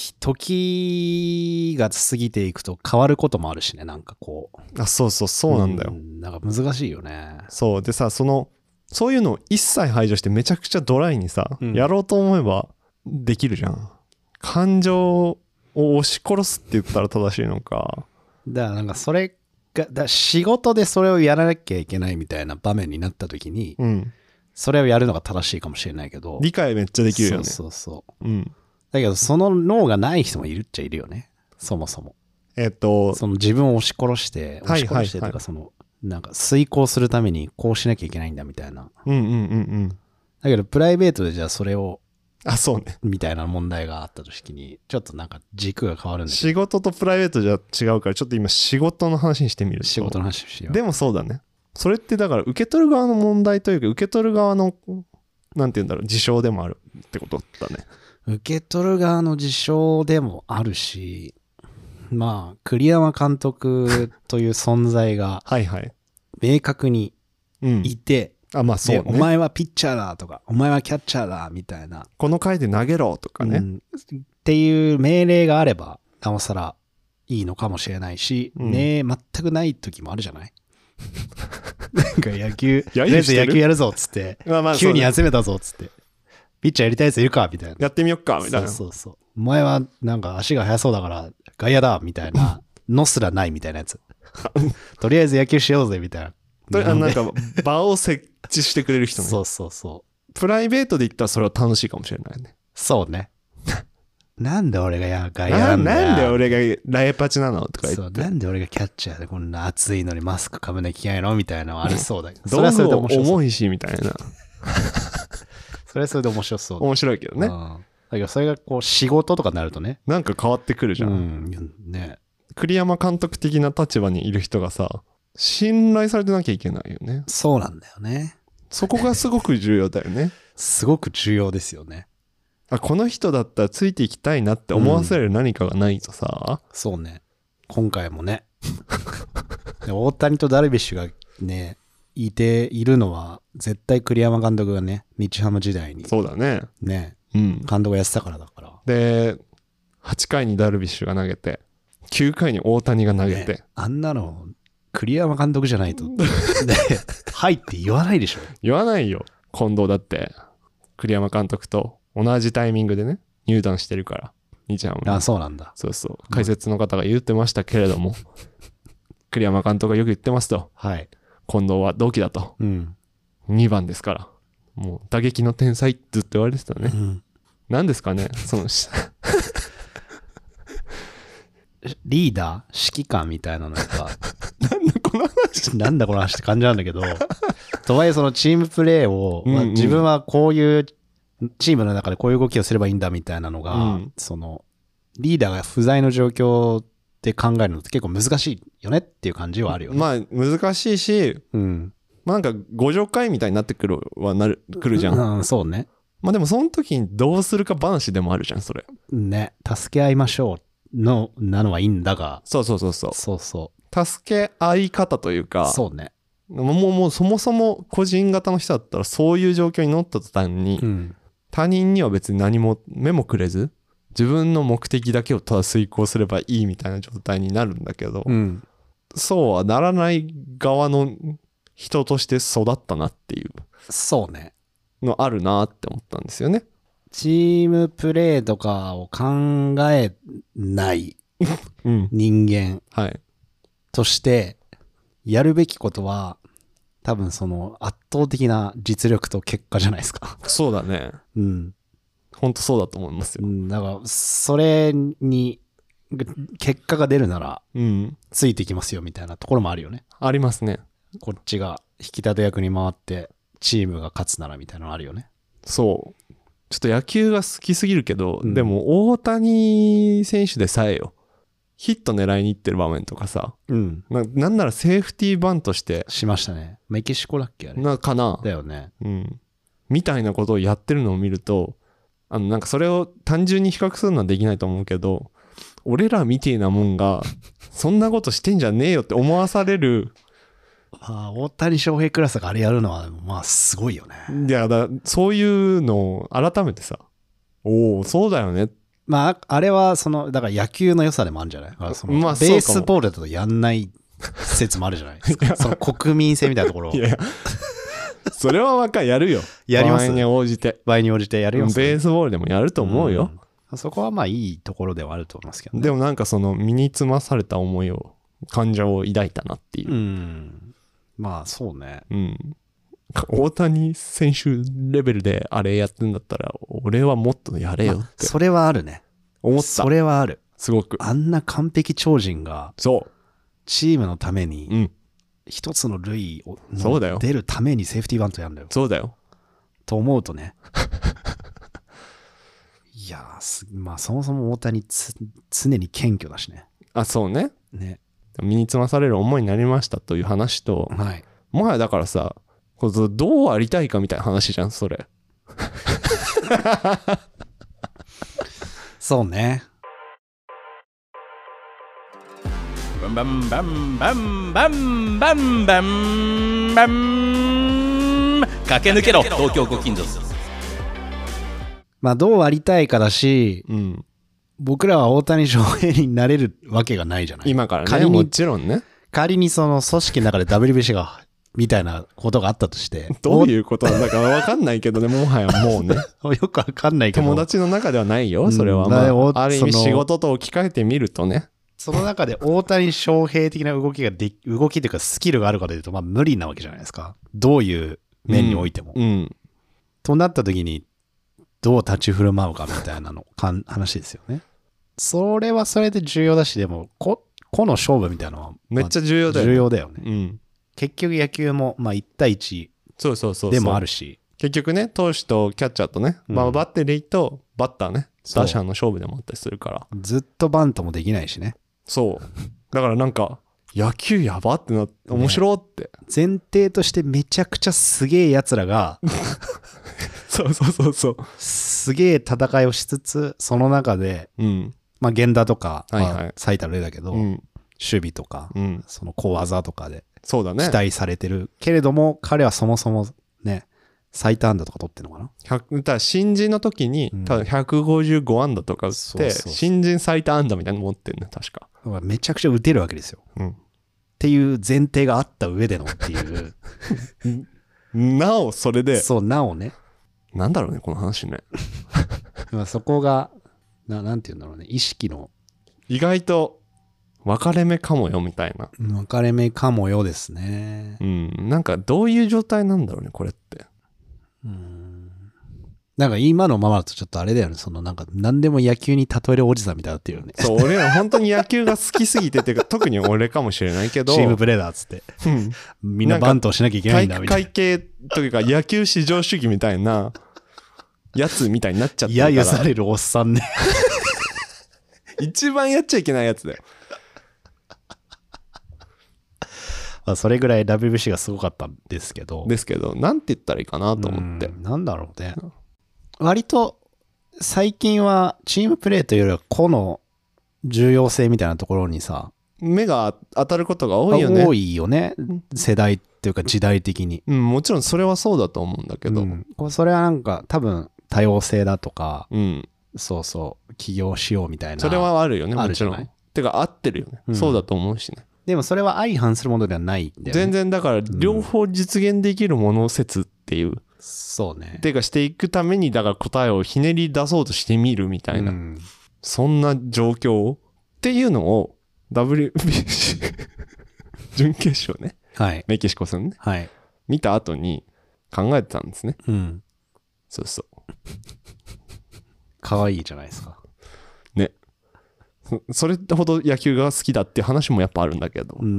Speaker 2: 時が過ぎていくと変わることもあるしね、なんかこう。
Speaker 1: あ、そうそう、そうなんだよ。
Speaker 2: うん、なんか難しいよね。
Speaker 1: そう。でさ、その、そういうのを一切排除してめちゃくちゃドライにさ、うん、やろうと思えばできるじゃん。感情を押し殺すって言ったら正しいのか。
Speaker 2: だからなんかそれが、だ仕事でそれをやらなきゃいけないみたいな場面になった時に、うん、それをやるのが正しいかもしれないけど。
Speaker 1: 理解めっちゃできるよね。
Speaker 2: そうそうそう。
Speaker 1: うん。
Speaker 2: だけどその脳がない人もいるっちゃいるよね。そもそも。
Speaker 1: えっと、
Speaker 2: その自分を押し殺して、押し殺してとかその、なんか遂行するためにこうしなきゃいけないんだみたいな。
Speaker 1: うんうんうんうん。
Speaker 2: だけどプライベートでじゃあそれを、
Speaker 1: あ、そうね。
Speaker 2: みたいな問題があった時に、ちょっとなんか軸が変わるんだよね。
Speaker 1: 仕事とプライベートじゃ違うから、ちょっと今仕事の話にしてみる。
Speaker 2: 仕事の話しよう。
Speaker 1: でもそうだね。それってだから受け取る側の問題というか、受け取る側の、なんて言うんだろう、事象でもあるってことだね。
Speaker 2: 受け取る側の事象でもあるし、まあ、栗山監督という存在が、
Speaker 1: はいはい。
Speaker 2: 明確にいて、
Speaker 1: あ、まあそうね。
Speaker 2: お前はピッチャーだとか、お前はキャッチャーだみたいな。
Speaker 1: この回で投げろとかね、うん。
Speaker 2: っていう命令があれば、なおさらいいのかもしれないし、うん、ねえ、全くない時もあるじゃないなんか野球、とりあえず野球やるぞっつって、まあまあ急に集めたぞっつって、ピッチャーやりたいやついるかみたいな。
Speaker 1: やってみよっかみたいな。
Speaker 2: そうそうそう。お前はなんか足が速そうだから外野だみたいなのすらないみたいなやつ。とりあえず野球しようぜみたいな。
Speaker 1: なんか場を設置してくれる人ね。
Speaker 2: そうそうそう。
Speaker 1: プライベートで言ったらそれは楽しいかもしれないね。
Speaker 2: そうね。なんで俺がや外野なんだよ。
Speaker 1: なんで俺がライパチなのとか言って。そう、
Speaker 2: なんで俺がキャッチャーでこんな暑いのにマスクかぶなきゃいけないのみたいなのはありそうだけど。
Speaker 1: それはそれで面白い。重いしみたいな。
Speaker 2: それはそれで面白そう。
Speaker 1: 面白いけどね。
Speaker 2: だけどそれがこう仕事とかになるとね。
Speaker 1: なんか変わってくるじゃん。うん、
Speaker 2: ね。
Speaker 1: 栗山監督的な立場にいる人がさ、信頼されてなきゃいけないよね。
Speaker 2: そうなんだよね。
Speaker 1: そこがすごく重要だよね。
Speaker 2: すごく重要ですよね。
Speaker 1: あ、この人だったらついていきたいなって思わせる何かがないとさ。
Speaker 2: うん、そうね。今回もね。大谷とダルビッシュがね、いているのは、絶対栗山監督がね、日ハム時代に。
Speaker 1: そうだね。
Speaker 2: ね。
Speaker 1: うん。
Speaker 2: 監督やってたからだから。
Speaker 1: で、はちかいにダルビッシュが投げて、きゅうかいに大谷が投げて。ね、
Speaker 2: あんなの、栗山監督じゃないと。ね、はいって言わないでしょ。
Speaker 1: 言わないよ。近藤だって、栗山監督と同じタイミングでね、入団してるから。日ハム。
Speaker 2: あ、そうなんだ。
Speaker 1: そうそう。解説の方が言ってましたけれども、うん、栗山監督がよく言ってますと。
Speaker 2: はい。
Speaker 1: 近藤は同期だと。うん。にばんですから。もう打撃の天才ってずっと言われてたね。うん、何ですかね、その、
Speaker 2: リーダー指揮官みたいなのが
Speaker 1: なんだこの話
Speaker 2: なんだこの話って感じなんだけど、とはいえそのチームプレーを、うんうん、まあ、自分はこういうチームの中でこういう動きをすればいいんだみたいなのが、うん、そのリーダーが不在の状況で考えるのって結構難しいよねっていう感じはあるよね。
Speaker 1: まあ難しいし、うん、まあなんか互助会みたいになってくるはなるくるじゃん、
Speaker 2: うん、そうね。
Speaker 1: まあでもその時にどうするか話でもあるじゃんそれ
Speaker 2: ね。助け合いましょうのなのはいいんだが、
Speaker 1: そうそうそうそう
Speaker 2: そうそう
Speaker 1: 助け合い方というか、
Speaker 2: そうね。
Speaker 1: もうもうそもそも個人型の人だったらそういう状況に乗った途端に、うん、他人には別に何も目もくれず自分の目的だけをただ遂行すればいいみたいな状態になるんだけど、うん、そうはならない側の人として育ったなっていう
Speaker 2: そうね
Speaker 1: のあるなって思ったんですよね。
Speaker 2: チームプレーとかを考えない人間としてやるべきことは多分その圧倒的な実力と結果じゃないですか。
Speaker 1: そうだね。うん。本当そうだと思いますよ。
Speaker 2: だからそれに結果が出るならついてきますよみたいなところもあるよね。
Speaker 1: ありますね。
Speaker 2: こっちが引き立て役に回ってチームが勝つならみたいなのあるよね。
Speaker 1: そう。ちょっと野球が好きすぎるけど、うん、でも大谷選手でさえよ。ヒット狙いに行ってる場面とかさ、うん、な, なんならセーフティーバントして
Speaker 2: しましたね。メキシコだっけあれ
Speaker 1: なかな
Speaker 2: だよね、
Speaker 1: うん、みたいなことをやってるのを見ると、あのなんかそれを単純に比較するのはできないと思うけど、俺らみてえなもんがそんなことしてんじゃねえよって思わされる
Speaker 2: あ大谷翔平クラスがあれやるのはまあすごいよね。
Speaker 1: いやだそういうのを改めてさ、おおそうだよねって、
Speaker 2: まあ、あれは、その、だから野球の良さでもあるんじゃない？そのまあ、ベースボールだとやんない説もあるじゃないですか。その国民性みたいなところ。いやいや
Speaker 1: それはわかる、やるよ。
Speaker 2: やります。
Speaker 1: 場合に応じて。
Speaker 2: 場合に応じてやるよ。
Speaker 1: ベースボールでもやると思うよ。
Speaker 2: うん、そこはまあいいところではあると思いますけどね。
Speaker 1: でもなんかその身につまされた思いを、感情を抱いたなっていう。うん。
Speaker 2: まあそうね。
Speaker 1: うん。大谷選手レベルであれやってんだったら俺はもっとやれよって、まあ、
Speaker 2: それはあるね。
Speaker 1: 思った。
Speaker 2: それはある。
Speaker 1: すごく
Speaker 2: あんな完璧超人が
Speaker 1: そう
Speaker 2: チームのために一つの塁を
Speaker 1: そうだよ
Speaker 2: 出るためにセーフティーバントやるんだよ。
Speaker 1: そうだよ
Speaker 2: と思うとねいやまあそもそも大谷つ常に謙虚だしね。
Speaker 1: あそうね
Speaker 2: ね
Speaker 1: 身につまされる思いになりましたという話と、はい、もはやだからさどうありたいかみたいな話じゃんそれ
Speaker 2: そうね。
Speaker 4: バンバンバンバンバンバンバンバン駆け抜けろ東京ご近所。
Speaker 2: まあどうありたいかだし、うん、僕らは大谷翔平になれるわけがないじゃない。
Speaker 1: 今からね。仮にもちろんね。
Speaker 2: 仮にその組織の中で ダブリュービーシー がみたいなことがあったとして
Speaker 1: どういうことなんだか分かんないけどねもはやもうね
Speaker 2: よく分かんないけど
Speaker 1: 友達の中ではないよそれは、まあ、うん、ある意味仕事と置き換えてみるとね
Speaker 2: その中で大谷翔平的な動きがで動きというかスキルがあるかというとまあ無理なわけじゃないですか。どういう面においても、うんうん、となった時にどう立ち振る舞うかみたいなのかん話ですよね。それはそれで重要だし、でも個個の勝負みたいなのは、まあ、
Speaker 1: めっちゃ重要だよね。
Speaker 2: 重要だよね、
Speaker 1: うん、
Speaker 2: 結局野球もまあいち対いちでもあるし、
Speaker 1: 結局ね、投手とキャッチャーとね、
Speaker 2: うん
Speaker 1: まあ、バッテリーとバッターね、打者の勝負でもあったりするから。
Speaker 2: ずっとバントもできないしね。
Speaker 1: そう。だからなんか、野球やばってなって、面白って、ね。
Speaker 2: 前提としてめちゃくちゃすげえ奴らが、
Speaker 1: そうそうそうそう。
Speaker 2: すげえ戦いをしつつ、その中で、うん、まあ源田とか、はいはい、まあ、最たる例だけど、うん、守備とか、うん、その小技とかで、
Speaker 1: そうだね。
Speaker 2: 期待されてるけれども、彼はそもそもね、最多安打とか取ってるのかな。
Speaker 1: ひゃくただ新人の時に、多分ひゃくごじゅうご安打とか打って、そうそうそう、新人最多安打みたいなの持ってるね、確か。
Speaker 2: めちゃくちゃ打てるわけですよ。うん、っていう前提があった上でのっていう。
Speaker 1: なお、それで。
Speaker 2: そう、なおね。
Speaker 1: なんだろうね、この話ね。
Speaker 2: まあそこがな、なんていうんだろうね、意識の。
Speaker 1: 意外と分かれ目かもよみたいな。
Speaker 2: 分かれ目かもよですね。
Speaker 1: うん。なんかどういう状態なんだろうね、これって。
Speaker 2: うん。なんか今のままだとちょっとあれだよね、そのなんか何でも野球に例えるおじさんみたいになってるよね。
Speaker 1: そう、俺は本当に野球が好きすぎてて、特に俺かもしれないけど。
Speaker 2: チームプレーだっつって。うん。みんなバントをしなきゃいけないんだみたいな。
Speaker 1: 体育会系というか野球至上主義みたいなやつみたいになっちゃってるから。
Speaker 2: 揶揄されるおっさんね。
Speaker 1: 一番やっちゃいけないやつだよ。
Speaker 2: まあそれぐらい ダブリュービーシー がすごかったんですけど。
Speaker 1: ですけど、なんて言ったらいいかなと思って。
Speaker 2: うん、なんだろうね。割と最近はチームプレーというよりは個の重要性みたいなところにさ、
Speaker 1: 目が当たることが多いよね。
Speaker 2: 多いよね。世代っていうか時代的に。
Speaker 1: うん、もちろんそれはそうだと思うんだけど。うん、
Speaker 2: それはなんか多分多様性だとか、うん、そうそう、起業しようみたいな。
Speaker 1: それはあるよね、もちろん。てか合ってるよね、うん。そうだと思うしね。
Speaker 2: でもそれは相反するものではないんだよね。
Speaker 1: 全然だから両方実現できるもの説っていう。うん、
Speaker 2: そうね。
Speaker 1: てかしていくためにだから答えをひねり出そうとしてみるみたいな。うん、そんな状況っていうのを ダブリュービーシー 準決勝ね。はい。メキシコ戦ね。はい。見た後に考えてたんですね。うん。そうそう。
Speaker 2: 可愛いじゃないですか。
Speaker 1: ね。それほど野球が好きだっていう話もやっぱあるんだけど。うん。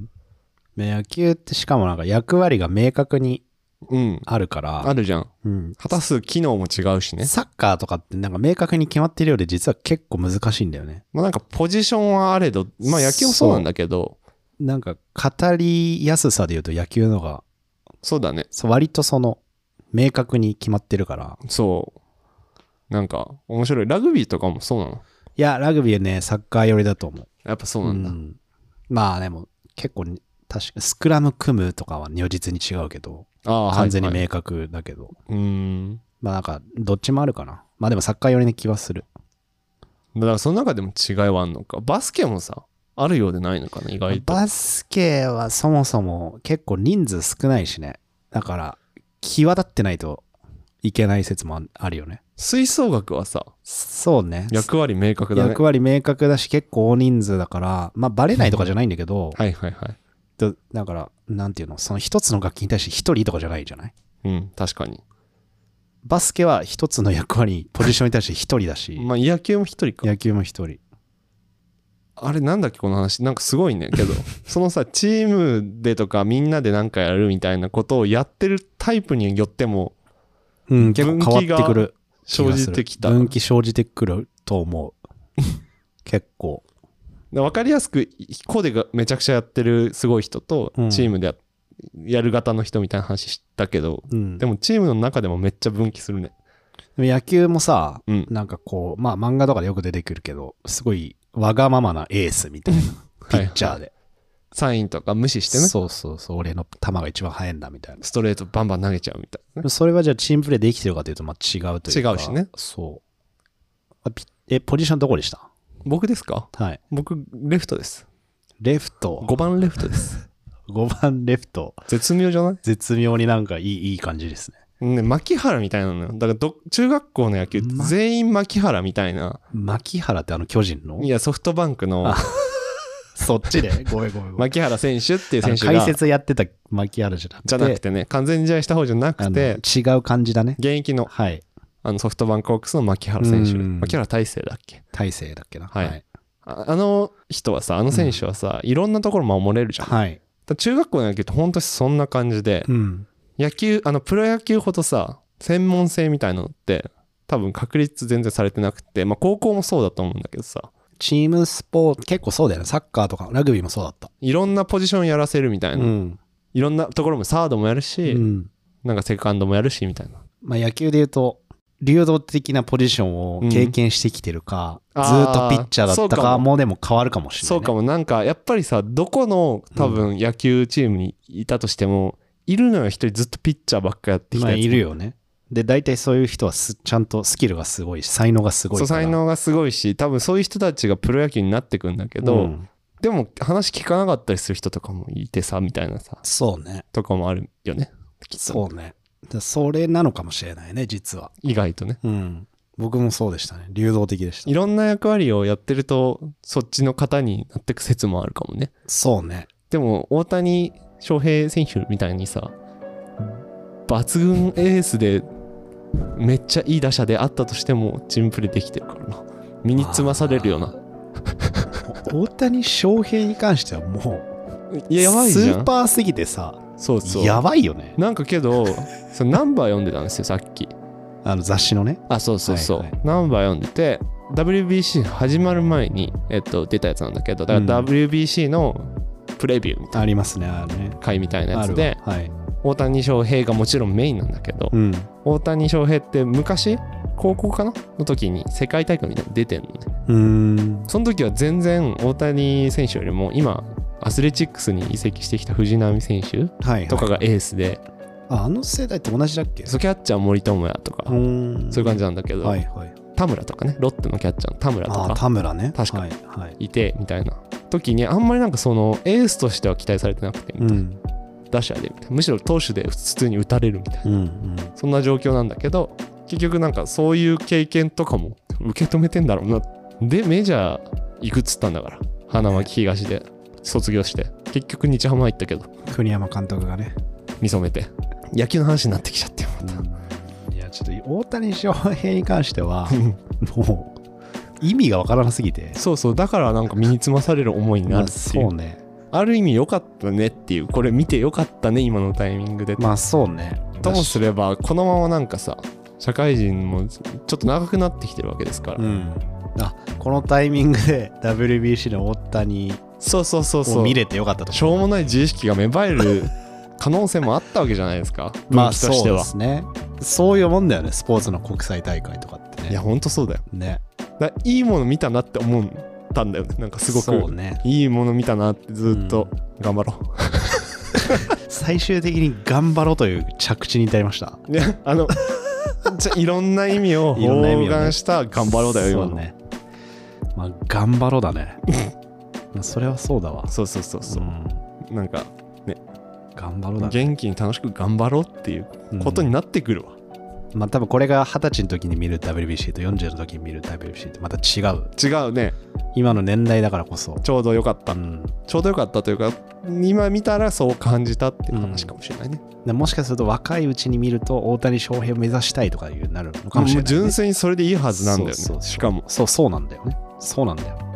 Speaker 2: 野球ってしかもなんか役割が明確にあるから。
Speaker 1: うん、あるじゃん。うん。果たす機能も違うしね。
Speaker 2: サッカーとかってなんか明確に決まってるようで実は結構難しいんだよね。
Speaker 1: まあなんかポジションはあれど、まあ野球もそうなんだけど。
Speaker 2: なんか語りやすさで言うと野球のが。
Speaker 1: そうだね。
Speaker 2: そう割とその明確に決まってるから。
Speaker 1: そう。なんか面白い。ラグビーとかもそうなの？
Speaker 2: いや、ラグビーはね、サッカー寄りだと思う。
Speaker 1: やっぱそうなんだ。うん、
Speaker 2: まあでも結構確かスクラム組むとかは如実に違うけど、あ完全に明確だけど。はいはい、うん。まあなんかどっちもあるかな。まあでもサッカー寄りな気はする。
Speaker 1: だからその中でも違いはあるのか。バスケもさ、あるようでないのかな、意外と。
Speaker 2: バスケはそもそも結構人数少ないしね。だから際立ってないといけない説もあるよね。
Speaker 1: 吹奏楽はさ、
Speaker 2: そうね。
Speaker 1: 役割明確だね。
Speaker 2: 役割明確だし結構大人数だから、まあバレないとかじゃないんだけど、
Speaker 1: はいはいはい。
Speaker 2: だから、なんていうの、その一つの楽器に対して一人とかじゃないじゃない？
Speaker 1: うん、確かに。
Speaker 2: バスケは一つの役割、ポジションに対して一人だし。
Speaker 1: まあ野球も一人か。
Speaker 2: 野球も一人。
Speaker 1: あれなんだっけこの話、なんかすごいねけど、そのさ、チームでとかみんなでなんかやるみたいなことをやってるタイプによっても、
Speaker 2: うん、結構変わってくる。
Speaker 1: 生じてきた。
Speaker 2: 分岐生じてくると思う。結構。
Speaker 1: わかりやすく、個でがめちゃくちゃやってるすごい人と、チームで や,、うん、やる型の人みたいな話したけど、うん、でもチームの中でもめっちゃ分岐するね。
Speaker 2: でも野球もさ、うん、なんかこう、まあ漫画とかでよく出てくるけど、すごいわがままなエースみたいな、ピッチャーで。はいはい、
Speaker 1: サインとか無視してね。
Speaker 2: そうそうそう、俺の球が一番速いんだみたいな。
Speaker 1: ストレートバンバン投げちゃうみたいな、ね。
Speaker 2: それはじゃあチームプレーできてるかというと、まあ違うというか。
Speaker 1: 違うしね。
Speaker 2: そう。え、ポジションどこでした？
Speaker 1: 僕ですか？
Speaker 2: はい。
Speaker 1: 僕、レフトです。
Speaker 2: レフト？
Speaker 1: ごばんレフトです。
Speaker 2: ごばんレフト。
Speaker 1: 絶妙じゃない？
Speaker 2: 絶妙になんかいい、いい感じですね。
Speaker 1: ね、牧原みたいなのよ。だからど、中学校の野球、全員牧原みたいな。
Speaker 2: 牧原ってあの巨人の？
Speaker 1: いや、ソフトバンクの。
Speaker 2: そっちでごめんごめんごめん。
Speaker 1: 牧原選手っていう選手が。
Speaker 2: 解説やってた牧原じゃなくて。
Speaker 1: じゃなくてね、完全試合した方じゃなくて。
Speaker 2: 違う感じだね。
Speaker 1: 現役の。はい。あのソフトバンクホークスの牧原選手。牧原大成だっけ？
Speaker 2: 大成だっけな。
Speaker 1: はい。はい、あ, あの人はさ、あの選手はさ、うん、いろんなところ守れるじゃん。はい。中学校の野球って本当にそんな感じで、うん、 野球あのプロ野球ほどさ専門性みたいなのって多分確立全然されてなくて、まあ高校もそうだと思うんだけどさ、
Speaker 2: チームスポーツ結構そうだよね。サッカーとかラグビーもそうだった。
Speaker 1: いろんなポジションやらせるみたいな、
Speaker 2: うん、
Speaker 1: いろんなところもサードもやるし、うん、なんかセカンドもやるしみたいな。
Speaker 2: まあ野球で言うと流動的なポジションを経験してきてるか、うん、ずっとピッチャーだったかもでも変わるかもしれない、ね、
Speaker 1: そうかも。なんかやっぱりさ、どこの多分野球チームにいたとしても、うん、いるのよ一人ずっとピッチャーばっかやってきたやつ。
Speaker 2: まあいるよね。で大体そういう人はすちゃんとスキルがすごいし才能がすごいから。
Speaker 1: そう才能がすごいし、多分そういう人たちがプロ野球になってくんだけど、うん、でも話聞かなかったりする人とかもいてさみたいなさ。
Speaker 2: そうね。
Speaker 1: とかもあるよね。
Speaker 2: そうね。それなのかもしれないね実は。
Speaker 1: 意外とね。
Speaker 2: うん。僕もそうでしたね。流動的でした。
Speaker 1: いろんな役割をやってるとそっちの方になってく説もあるかもね。
Speaker 2: そうね。
Speaker 1: でも大谷翔平選手みたいにさ、抜群エースでめっちゃいい打者であったとしてもチームプレーできてるからな。身につまされるよな。
Speaker 2: 大谷翔平に関してはもう
Speaker 1: やばいじゃん。
Speaker 2: スーパーすぎてさ。
Speaker 1: そうそう。
Speaker 2: やばいよね。
Speaker 1: なんかけどそのナンバー読んでたんですよさっき。
Speaker 2: あの雑誌のね。
Speaker 1: あ、そうそうそう、
Speaker 2: はいはい、
Speaker 1: ナンバー読んでて ダブリュービーシー 始まる前に、えっと、出たやつなんだけど、だから ダブリュービーシー のプレビューみたいな、
Speaker 2: ありますね、あるね、
Speaker 1: 回みたいなやつで、
Speaker 2: はい、
Speaker 1: 大谷翔平がもちろんメインなんだけど、うん、大谷翔平って昔高校かなの時に世界大会みたいなの出てんのね。うーん、その時は全然大谷選手よりも今アスレチックスに移籍してきた藤浪選手とかがエースで、はいはい、
Speaker 2: あ, あの世代って同じだっけ？
Speaker 1: そう、キャッチャー森友哉とかそういう感じなんだけど、はいはい、田村とかね、ロッテのキャッチャーの田村とか、
Speaker 2: あ田村ね、
Speaker 1: 確かいて、はいはい、みたいな時にあんまりなんかそのエースとしては期待されてなくてみたいな、うん、打者でみたいな、むしろ投手で普通に打たれるみたいな、うんうん、そんな状況なんだけど、結局なんかそういう経験とかも受け止めてんだろうな。でメジャー行くっつったんだから、花巻東で卒業して結局日ハム入ったけど、
Speaker 2: 栗山監督がね
Speaker 1: 見初めて野球の話になってきちゃって、
Speaker 2: うん、いやちょっと大谷翔平に関してはもう意味がわからなすぎて、
Speaker 1: そうそう、だからなんか身につまされる思いになるっていう、
Speaker 2: まあ、そうね、
Speaker 1: ある意味良かったねっていう、これ見て良かったね今のタイミングで、
Speaker 2: まあそうね、
Speaker 1: ともすればこのままなんかさ社会人もちょっと長くなってきてるわけですから、うん、
Speaker 2: あこのタイミングで ダブリュービーシー の大谷
Speaker 1: そうそうそうそう
Speaker 2: 見れてよかったと、
Speaker 1: しょうもない自意識が芽生える可能性もあったわけじゃないですか。まあそうです
Speaker 2: ね、そういうもんだよね、スポーツの国際大会とかってね。
Speaker 1: いやほんとそうだよ
Speaker 2: ね。
Speaker 1: だいいもの見たなって思ったんだよね。なんかすごくそう、ね、いいもの見たなってずっと、うん、頑張ろう
Speaker 2: 最終的に頑張ろうという着地に至りました。
Speaker 1: いやあのじゃいろんな意味を包含した頑張ろうだよ今の。そうね、
Speaker 2: まあ頑張ろうだねまあそれはそうだわ。
Speaker 1: そうそうそうそう、うん、なんかね、
Speaker 2: 頑張ろうだね、
Speaker 1: 元気に楽しく頑張ろうっていうことになってくるわ、
Speaker 2: うん、まあ多分これがはたちの時に見る ダブリュービーシー とよんじゅうの時に見る ダブリュービーシー ってまた違う
Speaker 1: 違うね。
Speaker 2: 今の年代だからこそ
Speaker 1: ちょうどよかった、うん、ちょうどよかったというか今見たらそう感じたっていう話かもしれないね、
Speaker 2: うん、もしかすると若いうちに見ると大谷翔平を目指したいとかいうなるのかもしれない、ね、もう
Speaker 1: 純粋にそれでいいはずなんだよね。そうそうそう、しかも
Speaker 2: そうそうなんだよね。そうなんだよ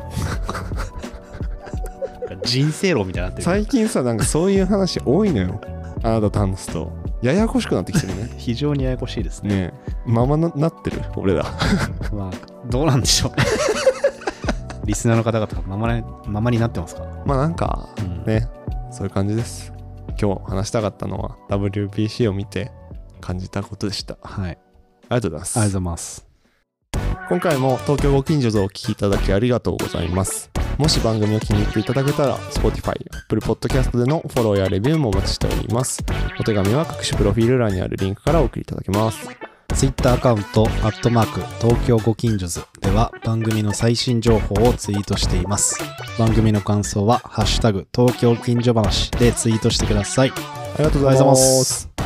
Speaker 2: 人生論みたいになってる。
Speaker 1: 最近さなんかそういう話多いのよあなたと話すとややこしくなってきてるね
Speaker 2: 非常にややこしいですね。
Speaker 1: ねえままななってる俺ら
Speaker 2: まあどうなんでしょうリスナーの方々がままに、ままになってますか。
Speaker 1: まあなんか、うん、ねそういう感じです。今日話したかったのは ダブリュービーシー を見て感じたことでした。
Speaker 2: はい、
Speaker 1: ありがとうございます。
Speaker 2: ありがとうございます。
Speaker 1: 今回も東京ご近所図をお聞きいただきありがとうございます。もし番組を気に入っていただけたら Spotify、Apple Podcast でのフォローやレビューもお待ちしております。お手紙は各種プロフィール欄にあるリンクからお送りいただけます。
Speaker 2: Twitter アカウントアットマーク東京ご近所図では番組の最新情報をツイートしています。番組の感想はハッシュタグ東京近所話でツイートしてください。
Speaker 1: ありがとうございます。